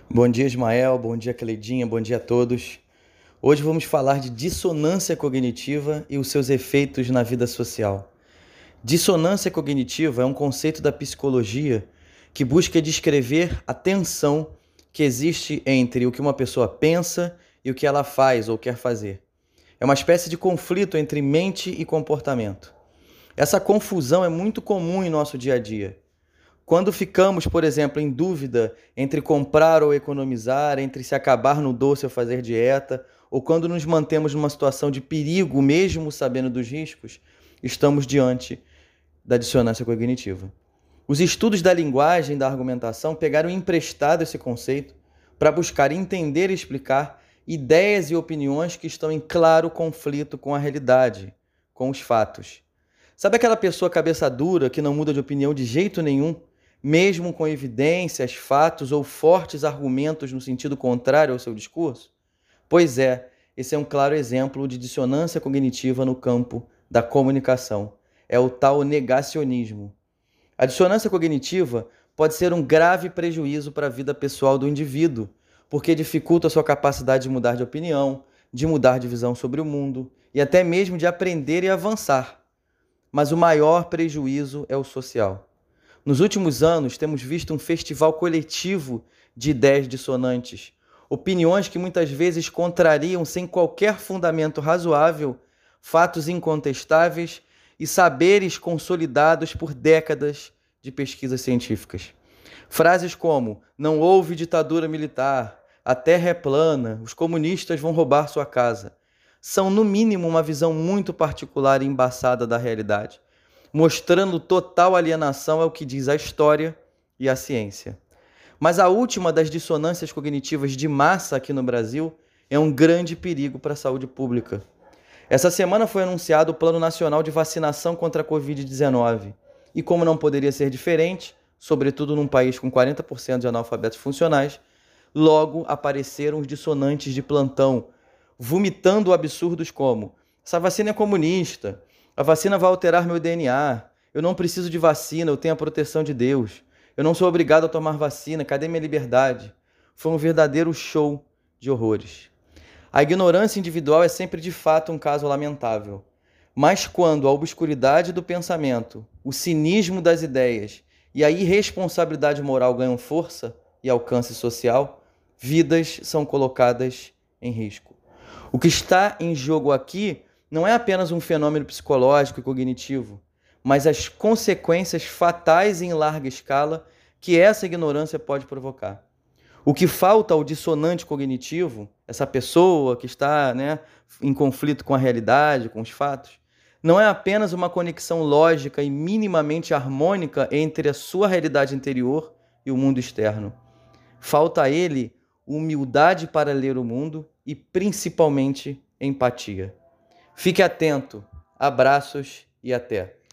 Bom dia, Ismael. Bom dia, Cleidinha. Bom dia a todos. Hoje vamos falar de dissonância cognitiva e os seus efeitos na vida social. Dissonância cognitiva é um conceito da psicologia que busca descrever a tensão que existe entre o que uma pessoa pensa e o que ela faz ou quer fazer. É uma espécie de conflito entre mente e comportamento. Essa confusão é muito comum em nosso dia a dia. Quando ficamos, por exemplo, em dúvida entre comprar ou economizar, entre se acabar no doce ou fazer dieta, ou quando nos mantemos numa situação de perigo, mesmo sabendo dos riscos, estamos diante da dissonância cognitiva. Os estudos da linguagem e da argumentação pegaram emprestado esse conceito para buscar entender e explicar ideias e opiniões que estão em claro conflito com a realidade, com os fatos. Sabe aquela pessoa cabeça dura que não muda de opinião de jeito nenhum, mesmo com evidências, fatos ou fortes argumentos no sentido contrário ao seu discurso? Pois é, esse é um claro exemplo de dissonância cognitiva no campo da comunicação. É o tal negacionismo. A dissonância cognitiva pode ser um grave prejuízo para a vida pessoal do indivíduo, porque dificulta a sua capacidade de mudar de opinião, de mudar de visão sobre o mundo e até mesmo de aprender e avançar. Mas o maior prejuízo é o social. Nos últimos anos, temos visto um festival coletivo de ideias dissonantes, opiniões que muitas vezes contrariam, sem qualquer fundamento razoável, fatos incontestáveis e saberes consolidados por décadas de pesquisas científicas. Frases como: não houve ditadura militar, a terra é plana, os comunistas vão roubar sua casa, são, no mínimo, uma visão muito particular e embaçada da realidade, mostrando total alienação ao que diz a história e a ciência. Mas a última das dissonâncias cognitivas de massa aqui no Brasil é um grande perigo para a saúde pública. Essa semana foi anunciado o Plano Nacional de Vacinação contra a Covid-19. E como não poderia ser diferente, sobretudo num país com 40% de analfabetos funcionais, logo apareceram os dissonantes de plantão, vomitando absurdos como: essa vacina é comunista, a vacina vai alterar meu DNA, eu não preciso de vacina, eu tenho a proteção de Deus, eu não sou obrigado a tomar vacina, cadê minha liberdade? Foi um verdadeiro show de horrores. A ignorância individual é sempre de fato um caso lamentável. Mas quando a obscuridade do pensamento, o cinismo das ideias e a irresponsabilidade moral ganham força e alcance social, vidas são colocadas em risco. O que está em jogo aqui não é apenas um fenômeno psicológico e cognitivo, mas as consequências fatais em larga escala que essa ignorância pode provocar. O que falta ao dissonante cognitivo, essa pessoa que está, em conflito com a realidade, com os fatos, não é apenas uma conexão lógica e minimamente harmônica entre a sua realidade interior e o mundo externo. Falta a ele humildade para ler o mundo e, principalmente, empatia. Fique atento. Abraços e até!